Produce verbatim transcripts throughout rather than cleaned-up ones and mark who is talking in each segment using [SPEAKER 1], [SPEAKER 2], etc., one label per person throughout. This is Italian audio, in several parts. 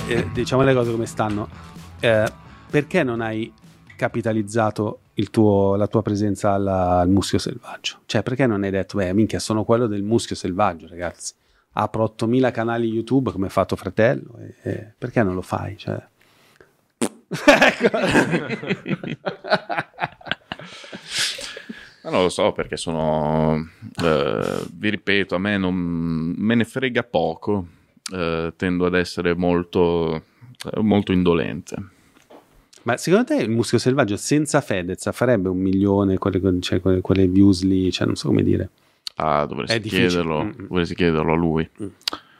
[SPEAKER 1] eh, diciamo le cose come stanno, eh, perché non hai capitalizzato il tuo, la tua presenza alla, al Muschio Selvaggio? Cioè, perché non hai detto, beh, minchia, sono quello del Muschio Selvaggio, ragazzi, apro ottomila canali YouTube come ha fatto fratello, e, e perché non lo fai? Cioè...
[SPEAKER 2] Ma non lo so, perché sono, eh, vi ripeto, a me non me ne frega poco, eh, tendo ad essere molto, molto indolente.
[SPEAKER 1] Ma secondo te il Muschio Selvaggio senza Fedez farebbe un milione, quelle, cioè, quelle, quelle views lì, cioè non so come dire.
[SPEAKER 2] Ah, dovresti chiederlo, mm. dovresti chiederlo a lui. Mm.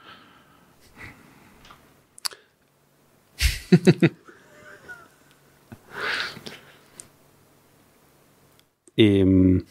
[SPEAKER 1] E,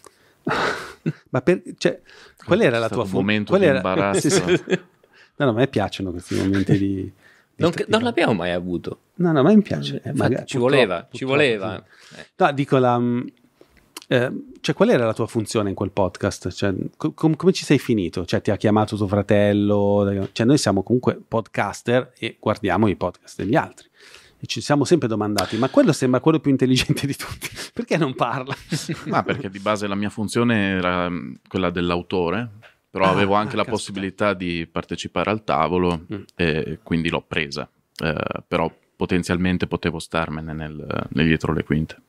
[SPEAKER 1] ma per, cioè, qual era la tua
[SPEAKER 2] funzione? Un momento
[SPEAKER 1] qual
[SPEAKER 2] di
[SPEAKER 1] era...
[SPEAKER 2] imbarazzo.
[SPEAKER 1] sì, sì. No, no, a me piacciono questi momenti di... di
[SPEAKER 3] non, che, non l'abbiamo mai avuto.
[SPEAKER 1] No, no, a me piace.
[SPEAKER 3] Eh,
[SPEAKER 1] magari,
[SPEAKER 3] ci voleva, ci voleva.
[SPEAKER 1] Sì. No, dico la... Eh, cioè, qual era la tua funzione in quel podcast? Cioè, com- come ci sei finito? Cioè, ti ha chiamato tuo fratello? Cioè, noi siamo comunque podcaster e guardiamo i podcast degli altri. E ci siamo sempre domandati, ma quello sembra quello più intelligente di tutti, perché non parla?
[SPEAKER 2] Ma perché di base la mia funzione era quella dell'autore, però ah, avevo anche ah, la caspita. possibilità di partecipare al tavolo mm. e quindi l'ho presa, eh, però potenzialmente potevo starmene nel, nel dietro le quinte.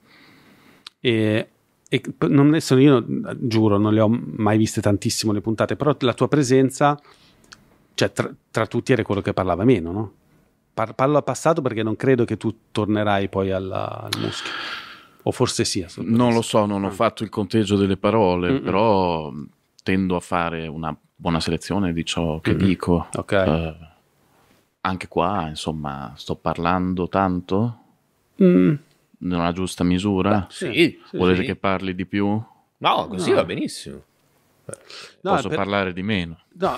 [SPEAKER 1] E, e non, adesso io giuro, non le ho mai viste tantissimo le puntate, però la tua presenza, cioè tra, tra tutti era quello che parlava meno, no? Parlo a passato perché non credo che tu tornerai poi alla, al Muschio, o forse sia.
[SPEAKER 2] Non lo so, non ho ah. fatto il conteggio delle parole, Mm-mm. però tendo a fare una buona selezione di ciò che Mm-mm. dico.
[SPEAKER 1] Okay.
[SPEAKER 2] Uh, anche qua, insomma, sto parlando tanto?
[SPEAKER 1] Mm.
[SPEAKER 2] Nella giusta misura?
[SPEAKER 3] Beh, sì.
[SPEAKER 2] Volete
[SPEAKER 3] sì.
[SPEAKER 2] che parli di più?
[SPEAKER 3] No, così no. va benissimo.
[SPEAKER 2] No, Posso per... parlare di meno?
[SPEAKER 1] No.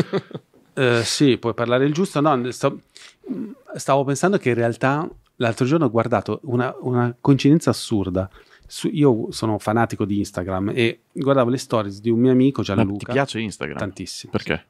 [SPEAKER 1] Uh, sì, puoi parlare il giusto. No, sto, stavo pensando che in realtà l'altro giorno ho guardato una, una coincidenza assurda. Su, io sono fanatico di Instagram e guardavo le stories di un mio amico Gianluca.
[SPEAKER 2] Ma ti piace Instagram?
[SPEAKER 1] Tantissimo.
[SPEAKER 2] Perché?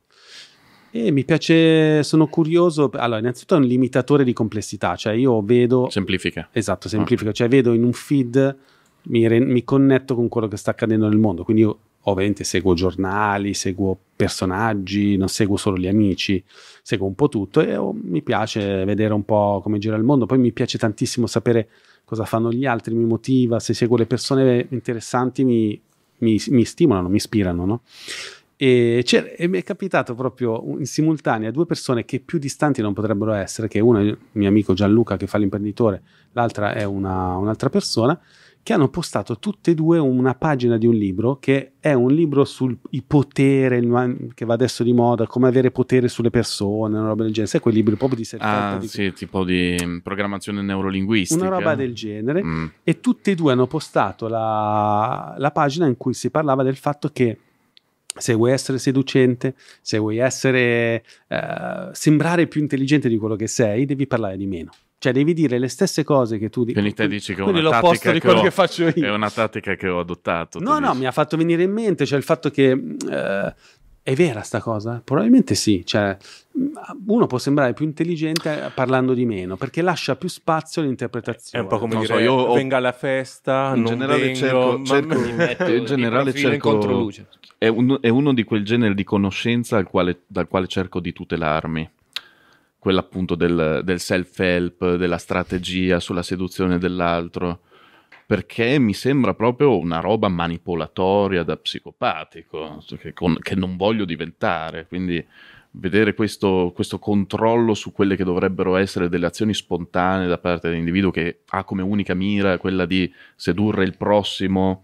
[SPEAKER 1] E mi piace, sono curioso. Allora, innanzitutto è un limitatore di complessità, cioè io vedo...
[SPEAKER 2] Semplifica.
[SPEAKER 1] Esatto, semplifica. Okay. Cioè vedo in un feed, mi, re, mi connetto con quello che sta accadendo nel mondo, quindi io ovviamente seguo giornali, seguo personaggi, non seguo solo gli amici, seguo un po' tutto e oh, mi piace vedere un po' come gira il mondo. Poi mi piace tantissimo sapere cosa fanno gli altri, mi motiva, se seguo le persone interessanti mi, mi, mi stimolano, mi ispirano, no? E, e mi è capitato proprio in simultanea due persone che più distanti non potrebbero essere, che uno è il mio amico Gianluca che fa l'imprenditore, l'altra è una, un'altra persona, che hanno postato tutte e due una pagina di un libro che è un libro sul potere, il, che va adesso di moda, come avere potere sulle persone, una roba del genere. Sai quei libri proprio di self-help?
[SPEAKER 2] Ah, di sì, tipo di programmazione neurolinguistica.
[SPEAKER 1] Una roba del genere. Mm. E tutte e due hanno postato la, la pagina in cui si parlava del fatto che se vuoi essere seducente, se vuoi essere eh, sembrare più intelligente di quello che sei, devi parlare di meno. Cioè devi dire le stesse cose che tu dici.
[SPEAKER 2] Quindi te dici che è una tattica
[SPEAKER 1] di
[SPEAKER 2] che,
[SPEAKER 1] quello
[SPEAKER 2] ho,
[SPEAKER 1] che faccio io.
[SPEAKER 2] È una tattica che ho adottato.
[SPEAKER 1] No, no, dici. Mi ha fatto venire in mente, cioè il fatto che eh, è vera sta cosa? Probabilmente sì, cioè uno può sembrare più intelligente parlando di meno, perché lascia più spazio all'interpretazione.
[SPEAKER 4] È un po' come
[SPEAKER 2] non
[SPEAKER 4] dire,
[SPEAKER 2] so, io ho...
[SPEAKER 4] venga alla festa,
[SPEAKER 2] in
[SPEAKER 4] non
[SPEAKER 2] generale
[SPEAKER 4] vengo,
[SPEAKER 2] cerco, cerco
[SPEAKER 3] mi metto
[SPEAKER 2] in generale
[SPEAKER 3] cerco
[SPEAKER 2] in
[SPEAKER 3] controluce.
[SPEAKER 2] È, un, è uno di quel genere di conoscenza al quale, dal quale cerco di tutelarmi. Quella appunto del, del self-help, della strategia sulla seduzione dell'altro, perché mi sembra proprio una roba manipolatoria da psicopatico, che, con, che non voglio diventare, quindi vedere questo, questo controllo su quelle che dovrebbero essere delle azioni spontanee da parte dell'individuo che ha come unica mira quella di sedurre il prossimo,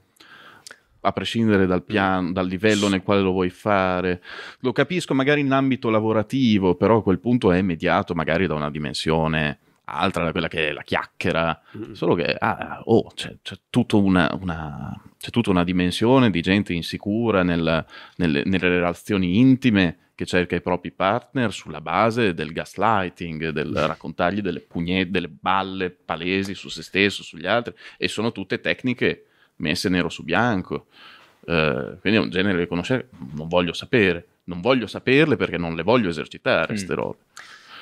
[SPEAKER 2] a prescindere dal piano, dal livello nel quale lo vuoi fare. Lo capisco magari in ambito lavorativo, però a quel punto è mediato magari da una dimensione altra, da quella che è la chiacchiera, mm. solo che ah, oh, c'è, c'è, tutta una, una, c'è tutta una dimensione di gente insicura nel, nelle, nelle relazioni intime che cerca i propri partner sulla base del gaslighting, del raccontargli delle pugnette, delle balle palesi su se stesso, sugli altri, e sono tutte tecniche messe nero su bianco, uh, quindi è un genere che conoscere non voglio sapere, non voglio saperle perché non le voglio esercitare, mm. ste robe.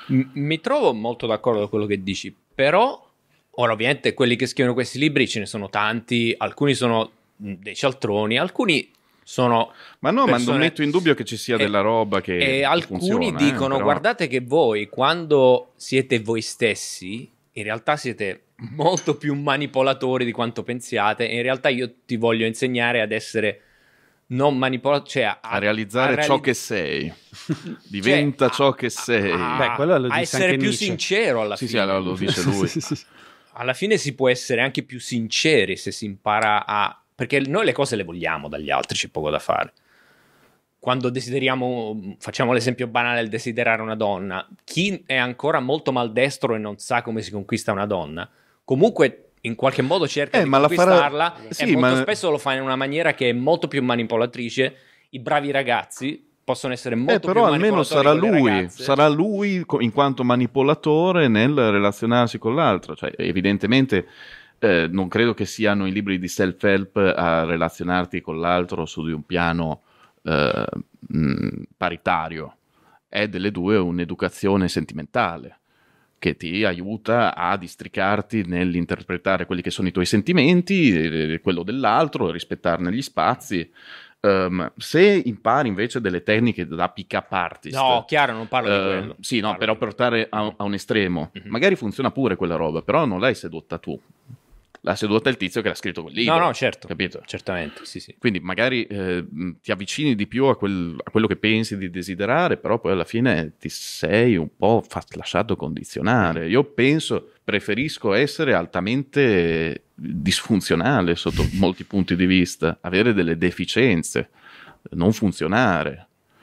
[SPEAKER 3] M- mi trovo molto d'accordo con quello che dici, però ora ovviamente quelli che scrivono questi libri ce ne sono tanti, alcuni sono dei cialtroni, alcuni sono
[SPEAKER 2] Ma no, ma
[SPEAKER 3] persone-
[SPEAKER 2] non metto in dubbio che ci sia
[SPEAKER 3] e-
[SPEAKER 2] della roba che,
[SPEAKER 3] e
[SPEAKER 2] che
[SPEAKER 3] alcuni
[SPEAKER 2] funziona,
[SPEAKER 3] dicono
[SPEAKER 2] eh, però-
[SPEAKER 3] guardate che voi quando siete voi stessi in realtà siete molto più manipolatori di quanto pensiate, e in realtà io ti voglio insegnare ad essere non manipolatori, cioè a,
[SPEAKER 2] a realizzare
[SPEAKER 3] a reali-
[SPEAKER 2] ciò che sei. Diventa
[SPEAKER 3] cioè,
[SPEAKER 2] ciò
[SPEAKER 3] a-
[SPEAKER 2] che sei.
[SPEAKER 3] a,
[SPEAKER 1] Beh, quello lo
[SPEAKER 3] a
[SPEAKER 1] dice
[SPEAKER 3] essere
[SPEAKER 1] anche
[SPEAKER 3] più
[SPEAKER 1] Nietzsche.
[SPEAKER 3] sincero alla
[SPEAKER 2] Sì, sì,
[SPEAKER 3] fine.
[SPEAKER 2] allora lo dice lui.
[SPEAKER 1] Sì, sì, sì.
[SPEAKER 3] Alla fine si può essere anche più sinceri se si impara a... Perché noi le cose le vogliamo dagli altri, c'è poco da fare. Quando desideriamo, facciamo l'esempio banale del desiderare una donna, chi è ancora molto maldestro e non sa come si conquista una donna, comunque in qualche modo cerca
[SPEAKER 2] Eh,
[SPEAKER 3] di
[SPEAKER 2] ma la farà-
[SPEAKER 3] conquistarla
[SPEAKER 2] Sì,
[SPEAKER 3] e molto
[SPEAKER 2] ma-
[SPEAKER 3] spesso lo fa in una maniera che è molto più manipolatrice. I bravi ragazzi possono essere
[SPEAKER 2] Eh,
[SPEAKER 3] molto
[SPEAKER 2] però
[SPEAKER 3] più
[SPEAKER 2] almeno
[SPEAKER 3] manipolatori
[SPEAKER 2] sarà
[SPEAKER 3] con le
[SPEAKER 2] lui,
[SPEAKER 3] ragazze.
[SPEAKER 2] sarà lui co- in quanto manipolatore nel relazionarsi con l'altro. Cioè, evidentemente eh, non credo che siano i libri di self-help a relazionarti con l'altro su di un piano eh, mh, paritario. È delle due un'educazione sentimentale che ti aiuta a districarti nell'interpretare quelli che sono i tuoi sentimenti, eh, quello dell'altro, rispettarne gli spazi. Um, se impari invece delle tecniche da pick-up artist,
[SPEAKER 3] No, chiaro, non parlo di
[SPEAKER 2] eh,
[SPEAKER 3] quello.
[SPEAKER 2] sì, no,
[SPEAKER 3] Parlo
[SPEAKER 2] però
[SPEAKER 3] di-
[SPEAKER 2] portare a, a un estremo,
[SPEAKER 3] Mhm.
[SPEAKER 2] magari funziona pure quella roba, però non l'hai sedotta tu, l'ha sedotta il tizio che l'ha scritto quel libro.
[SPEAKER 3] No, no, certo.
[SPEAKER 2] Capito?
[SPEAKER 3] Certamente, sì, sì.
[SPEAKER 2] Quindi magari eh, mh, ti avvicini di più a, quel- a quello che pensi di desiderare, però poi alla fine ti sei un po' fa- lasciato condizionare. Io penso, preferisco essere altamente disfunzionale sotto molti punti di vista, avere delle deficienze, non funzionare.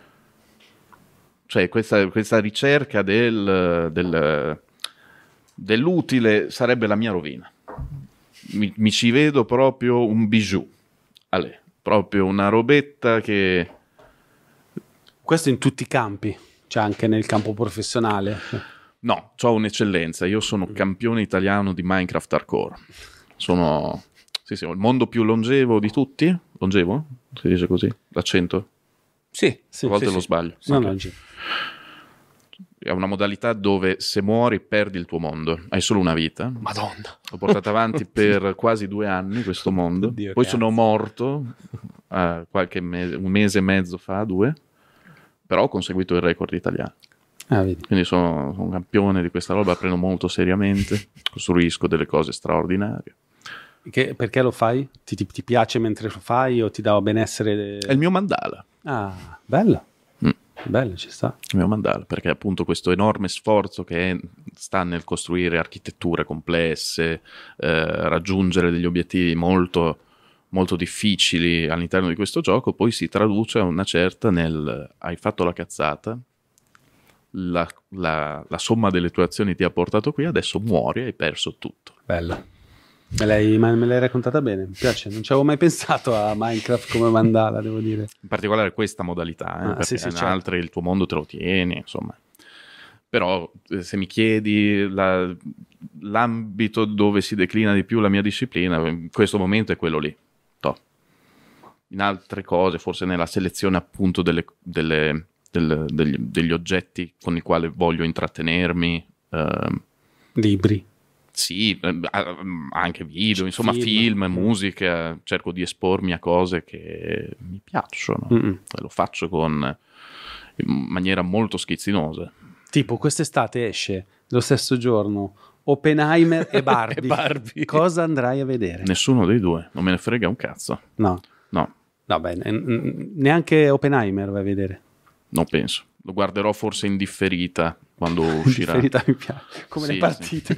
[SPEAKER 2] Cioè questa, questa ricerca del, del- dell'utile sarebbe la mia rovina. Mi, mi ci vedo proprio un bijou. Ale, proprio una robetta che...
[SPEAKER 1] Questo in tutti i campi, cioè anche nel campo professionale.
[SPEAKER 2] No, ho un'eccellenza. Io sono campione italiano di Minecraft Hardcore. Sono... Sì, sì, ho il mondo più longevo di tutti. Longevo? Si dice così? L'accento?
[SPEAKER 3] Sì,
[SPEAKER 1] Sì,
[SPEAKER 2] A volte
[SPEAKER 1] sì,
[SPEAKER 2] lo
[SPEAKER 1] sì.
[SPEAKER 2] sbaglio.
[SPEAKER 1] No,
[SPEAKER 2] Ok.
[SPEAKER 1] no, gi-
[SPEAKER 2] È una modalità dove se muori perdi il tuo mondo. Hai solo una vita.
[SPEAKER 3] Madonna.
[SPEAKER 2] L'ho portato avanti per quasi due anni questo mondo.
[SPEAKER 3] Oddio,
[SPEAKER 2] Poi
[SPEAKER 3] cazzo.
[SPEAKER 2] sono morto eh, qualche mese, un mese e mezzo fa, due. Però ho conseguito il record italiano.
[SPEAKER 1] Ah, vedi.
[SPEAKER 2] Quindi sono, sono un campione di questa roba, la prendo molto seriamente, costruisco delle cose straordinarie.
[SPEAKER 1] Che- perché lo fai? Ti, ti- ti piace mentre lo fai o ti dà benessere?
[SPEAKER 2] È il mio mandala,
[SPEAKER 1] Ah, bello.
[SPEAKER 2] Mm.
[SPEAKER 1] Bello, ci sta.
[SPEAKER 2] il mio mandala, perché appunto questo enorme sforzo che è- sta nel costruire architetture complesse, eh, raggiungere degli obiettivi molto, molto difficili all'interno di questo gioco, poi si traduce a una certa nel hai fatto la cazzata, la, la- la somma delle tue azioni ti ha portato qui, adesso muori e hai perso tutto.
[SPEAKER 1] Bello. Me l'hai, ma me l'hai raccontata bene, mi piace. Non ci avevo mai pensato a Minecraft come mandala, devo dire.
[SPEAKER 2] In particolare questa modalità, eh,
[SPEAKER 1] Ah,
[SPEAKER 2] perché
[SPEAKER 1] sì, sì,
[SPEAKER 2] in
[SPEAKER 1] certo.
[SPEAKER 2] altre il tuo mondo te lo tieni, insomma. Però eh, se mi chiedi la- l'ambito dove si declina di più la mia disciplina, in questo momento è quello lì. Toh. In altre cose, forse nella selezione appunto delle- delle- del- degli, degli oggetti con i quali voglio intrattenermi, ehm,
[SPEAKER 1] Libri.
[SPEAKER 2] sì, eh, a- anche video, insomma
[SPEAKER 1] Film.
[SPEAKER 2] film,
[SPEAKER 1] Mm.
[SPEAKER 2] musica, cerco di espormi a cose che mi piacciono.
[SPEAKER 1] Mm-mm.
[SPEAKER 2] E lo faccio con in maniera molto schizzinosa.
[SPEAKER 1] Tipo, quest'estate esce lo stesso giorno Oppenheimer e Barbie.
[SPEAKER 3] E Barbie.
[SPEAKER 1] Cosa andrai a vedere?
[SPEAKER 2] Nessuno dei due, non me ne frega un cazzo.
[SPEAKER 1] No,
[SPEAKER 2] No,
[SPEAKER 1] no, beh, ne- n- neanche Oppenheimer vai a vedere.
[SPEAKER 2] non penso. Lo guarderò forse in differita quando uscirà.
[SPEAKER 1] Differita mi piace, come
[SPEAKER 2] Sì,
[SPEAKER 1] le partite.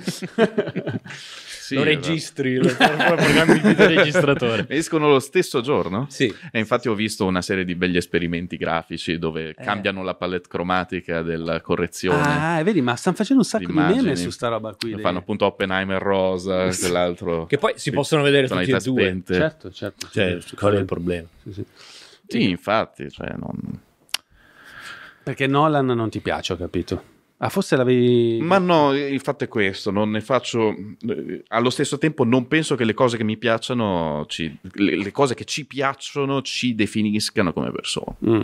[SPEAKER 2] Sì,
[SPEAKER 3] lo
[SPEAKER 2] esatto.
[SPEAKER 3] registri, lo programmi il videoregistratore.
[SPEAKER 2] Escono lo stesso giorno?
[SPEAKER 3] Sì.
[SPEAKER 2] E infatti ho visto una serie di belli esperimenti grafici dove cambiano la palette cromatica della correzione.
[SPEAKER 1] Ah, vedi, ma stanno facendo un sacco di
[SPEAKER 2] Immagini.
[SPEAKER 1] meme su sta roba qui.
[SPEAKER 2] Lo
[SPEAKER 1] dei-
[SPEAKER 2] fanno appunto Oppenheimer rosa, quell'altro.
[SPEAKER 3] Che poi si possono vedere tutti e
[SPEAKER 2] tonalità
[SPEAKER 3] due.
[SPEAKER 2] spente.
[SPEAKER 1] Certo, certo.
[SPEAKER 3] Cioè,
[SPEAKER 1] sì,
[SPEAKER 3] qual è
[SPEAKER 1] sì.
[SPEAKER 3] il problema?
[SPEAKER 1] Sì, sì.
[SPEAKER 2] Sì, infatti, cioè, non...
[SPEAKER 1] Perché Nolan non ti piace, ho capito. Ah, forse l'avevi...
[SPEAKER 2] Ma no, il fatto è questo, non ne faccio... eh, Allo stesso tempo non penso che le cose che mi piacciono, ci... le, le cose che ci piacciono ci definiscano come persone.
[SPEAKER 1] Mm.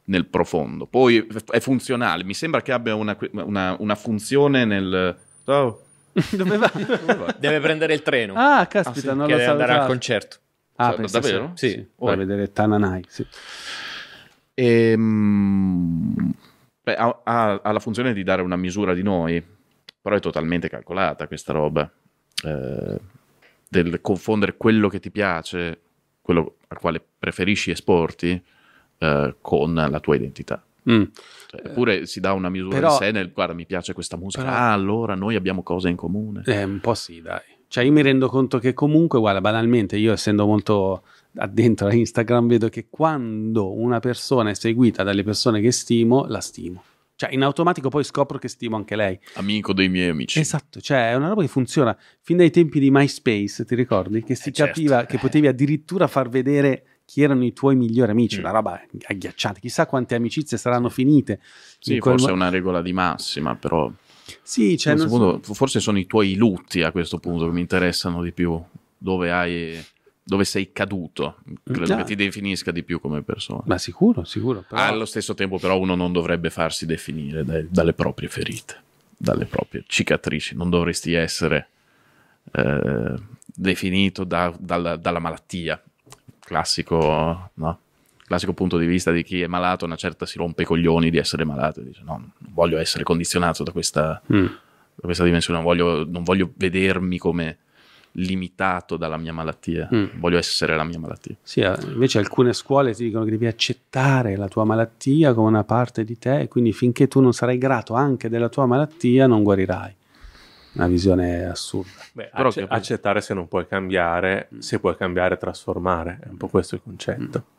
[SPEAKER 2] nel profondo. Poi è funzionale, mi sembra che abbia una, una, una funzione nel... Oh.
[SPEAKER 1] Dove va?
[SPEAKER 3] Deve prendere il treno.
[SPEAKER 1] Ah, caspita,
[SPEAKER 3] ah, sì,
[SPEAKER 1] non
[SPEAKER 3] che
[SPEAKER 1] lo
[SPEAKER 3] deve andare
[SPEAKER 1] salutato.
[SPEAKER 3] al concerto.
[SPEAKER 1] Ah,
[SPEAKER 2] Cioè, davvero?
[SPEAKER 1] Sì, sì. Vai a vedere Tananai, sì.
[SPEAKER 2] E, beh, ha, ha, ha la funzione di dare una misura di noi, però è totalmente calcolata questa roba, eh, del confondere quello che ti piace, quello al quale preferisci esporti, eh, con la tua identità.
[SPEAKER 1] Mm.
[SPEAKER 2] Cioè, eppure si dà una misura
[SPEAKER 1] però,
[SPEAKER 2] di sé nel, guarda, mi piace questa musica,
[SPEAKER 1] però,
[SPEAKER 2] ah, allora noi abbiamo cose in comune.
[SPEAKER 1] Eh, un po' sì, dai. Cioè io mi rendo conto che comunque, guarda, banalmente, io essendo molto addentro a Instagram, vedo che quando una persona è seguita dalle persone che stimo, la stimo. Cioè in automatico poi scopro che stimo anche lei.
[SPEAKER 2] Amico dei miei amici.
[SPEAKER 1] Esatto, cioè è una roba che funziona. Fin dai tempi di MySpace, ti ricordi? Che si
[SPEAKER 2] eh, certo.
[SPEAKER 1] capiva che potevi addirittura far vedere chi erano i tuoi migliori amici,
[SPEAKER 2] mm.
[SPEAKER 1] una roba agghiacciante. Chissà quante amicizie saranno finite.
[SPEAKER 2] Sì, forse è una regola di massima, però...
[SPEAKER 1] Sì, cioè non
[SPEAKER 2] punto, so... forse sono i tuoi lutti a questo punto che mi interessano di più, dove hai, dove sei caduto, credo no. che ti definisca di più come persona.
[SPEAKER 1] Ma sicuro, sicuro. Però...
[SPEAKER 2] Allo stesso tempo però uno non dovrebbe farsi definire dai, dalle proprie ferite, dalle proprie cicatrici, non dovresti essere eh, definito da, dalla, dalla malattia, classico, no? Classico punto di vista di chi è malato, una certa si rompe i coglioni di essere malato e dice no, non voglio essere condizionato da questa, mm. da questa dimensione, non voglio, non voglio vedermi come limitato dalla mia malattia, mm. voglio essere la mia malattia.
[SPEAKER 1] Sì, invece alcune scuole ti dicono che devi accettare la tua malattia come una parte di te e quindi finché tu non sarai grato anche della tua malattia non guarirai. Una visione assurda.
[SPEAKER 4] Beh, Però acc- accettare se non puoi cambiare, se puoi cambiare e trasformare, è un po' questo il concetto. Mm.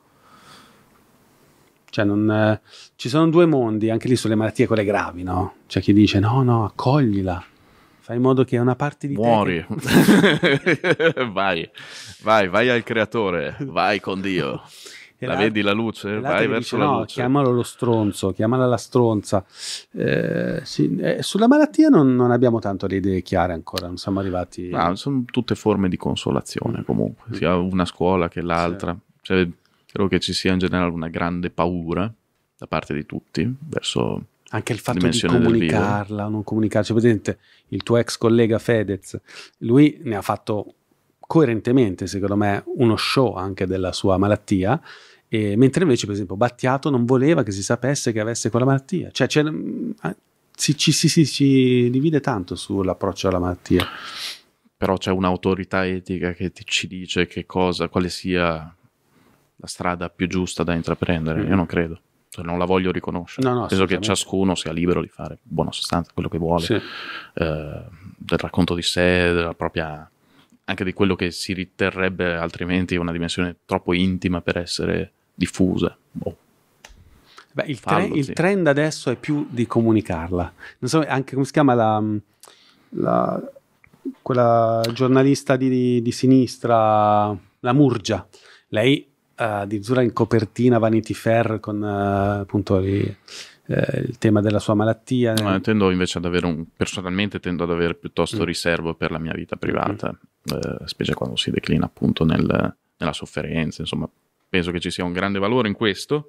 [SPEAKER 1] Cioè non, eh, ci sono due mondi, anche lì sulle malattie quelle gravi, no? C'è chi dice no, no, accoglila, fai in modo che una parte di
[SPEAKER 2] muori.
[SPEAKER 1] te...
[SPEAKER 2] Muori, vai, vai, vai al creatore, vai con Dio. E la vedi la luce? Vai verso
[SPEAKER 1] dice,
[SPEAKER 2] la
[SPEAKER 1] no,
[SPEAKER 2] luce.
[SPEAKER 1] Chiamalo lo stronzo, chiamala la stronza. Eh, sì, eh, sulla malattia non, non abbiamo tanto le idee chiare ancora, non siamo arrivati...
[SPEAKER 2] No, sono tutte forme di consolazione comunque, sia una scuola che l'altra. Sì. Cioè, credo che ci sia in generale una grande paura da parte di tutti verso
[SPEAKER 1] anche il fatto di comunicarla o non comunicarci. Presente il tuo ex collega Fedez, lui ne ha fatto coerentemente, secondo me, uno show anche della sua malattia, e, mentre invece, per esempio, Battiato non voleva che si sapesse che avesse quella malattia. Cioè, c'è, si, ci si, si, si divide tanto sull'approccio alla malattia.
[SPEAKER 2] Però c'è un'autorità etica che ti, ci dice che cosa, quale sia la strada più giusta da intraprendere. Mm. Io non credo, cioè, non la voglio riconoscere.
[SPEAKER 1] No, no,
[SPEAKER 2] penso che ciascuno sia libero di fare, buona sostanza, quello che vuole, sì. eh, del racconto di sé, della propria, anche di quello che si riterrebbe altrimenti una dimensione troppo intima per essere diffusa. Boh.
[SPEAKER 1] Beh, il, tre- Fallo, il sì. trend adesso è più di comunicarla. Non so anche come si chiama la, la quella giornalista di, di sinistra, la Murgia. Lei Uh, addirittura in copertina Vanity Fair con uh, appunto li, uh, il tema della sua malattia.
[SPEAKER 2] No, tendo invece ad avere un personalmente tendo ad avere piuttosto mm. riservo per la mia vita privata, mm. uh, specie quando si declina appunto nel, nella sofferenza. Insomma, penso che ci sia un grande valore in questo,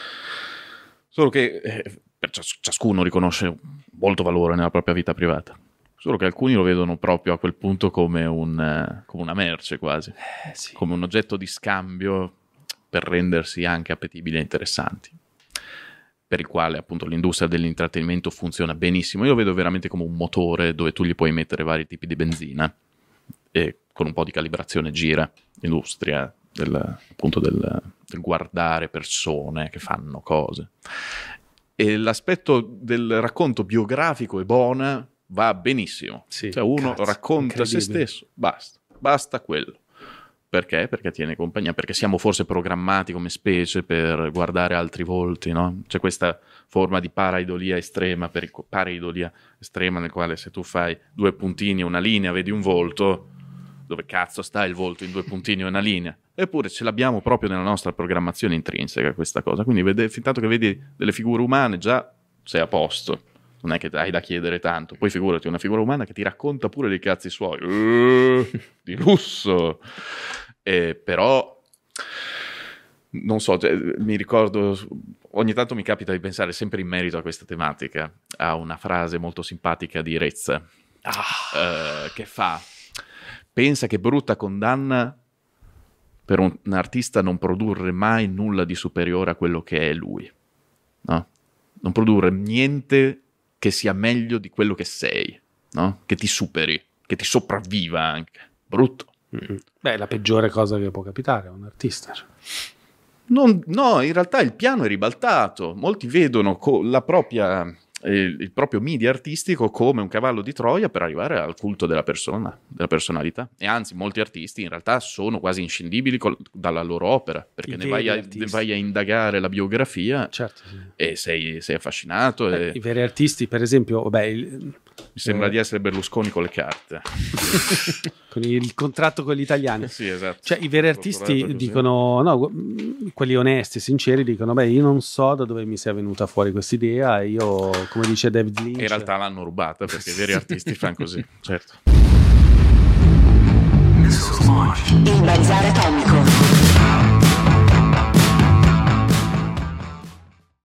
[SPEAKER 2] solo che eh, per cias- ciascuno riconosce molto valore nella propria vita privata. Solo che alcuni lo vedono proprio a quel punto come, un, uh, come una merce quasi,
[SPEAKER 1] eh, sì.
[SPEAKER 2] come un oggetto di scambio per rendersi anche appetibili e interessanti, per il quale appunto l'industria dell'intrattenimento funziona benissimo. Io lo vedo veramente come un motore dove tu gli puoi mettere vari tipi di benzina e con un po' di calibrazione gira l'industria del, appunto del, del guardare persone che fanno cose. E l'aspetto del racconto biografico e buona va benissimo.
[SPEAKER 1] Sì,
[SPEAKER 2] cioè uno
[SPEAKER 1] cazzo,
[SPEAKER 2] racconta se stesso, basta, basta quello. Perché? Perché tiene compagnia, perché siamo forse programmati come specie per guardare altri volti, no? C'è questa forma di paraidolia estrema, per, paraidolia estrema nel quale se tu fai due puntini e una linea vedi un volto, dove cazzo sta il volto in due puntini e una linea? Eppure ce l'abbiamo proprio nella nostra programmazione intrinseca questa cosa, quindi vede, fin tanto che vedi delle figure umane già sei a posto. Non è che hai da chiedere tanto. Poi figurati una figura umana che ti racconta pure dei cazzi suoi. Uh, di lusso. Eh, però non so, cioè, mi ricordo, ogni tanto mi capita di pensare sempre in merito a questa tematica, a una frase molto simpatica di Rezza, ah. eh, che fa: pensa che brutta condanna per un, un artista non produrre mai nulla di superiore a quello che è lui, no? Non produrre niente che sia meglio di quello che sei, no? Che ti superi, che ti sopravviva anche. Brutto.
[SPEAKER 1] Mm-hmm. Beh, è la peggiore cosa che può capitare a un artista.
[SPEAKER 2] Non, no, in realtà il piano è ribaltato. Molti vedono co- la propria, eh, il proprio media artistico come un cavallo di Troia per arrivare al culto della persona, della personalità. E anzi, molti artisti in realtà sono quasi inscindibili col- dalla loro opera, perché ne vai, a, ne vai a indagare la biografia, certo, sì. e sei, sei affascinato.
[SPEAKER 1] Beh,
[SPEAKER 2] e...
[SPEAKER 1] I veri artisti, per esempio, vabbè, il...
[SPEAKER 2] mi sembra eh... di essere Berlusconi con le carte.
[SPEAKER 1] Con il contratto con gli italiani.
[SPEAKER 2] Sì, esatto.
[SPEAKER 1] Cioè i veri artisti dicono, no, quelli onesti, sinceri dicono, beh, io non so da dove mi sia venuta fuori questa idea, io, come dice David Lynch,
[SPEAKER 2] in realtà l'hanno rubata, perché i veri artisti fanno così, certo.
[SPEAKER 5] Il Bazar Atomico.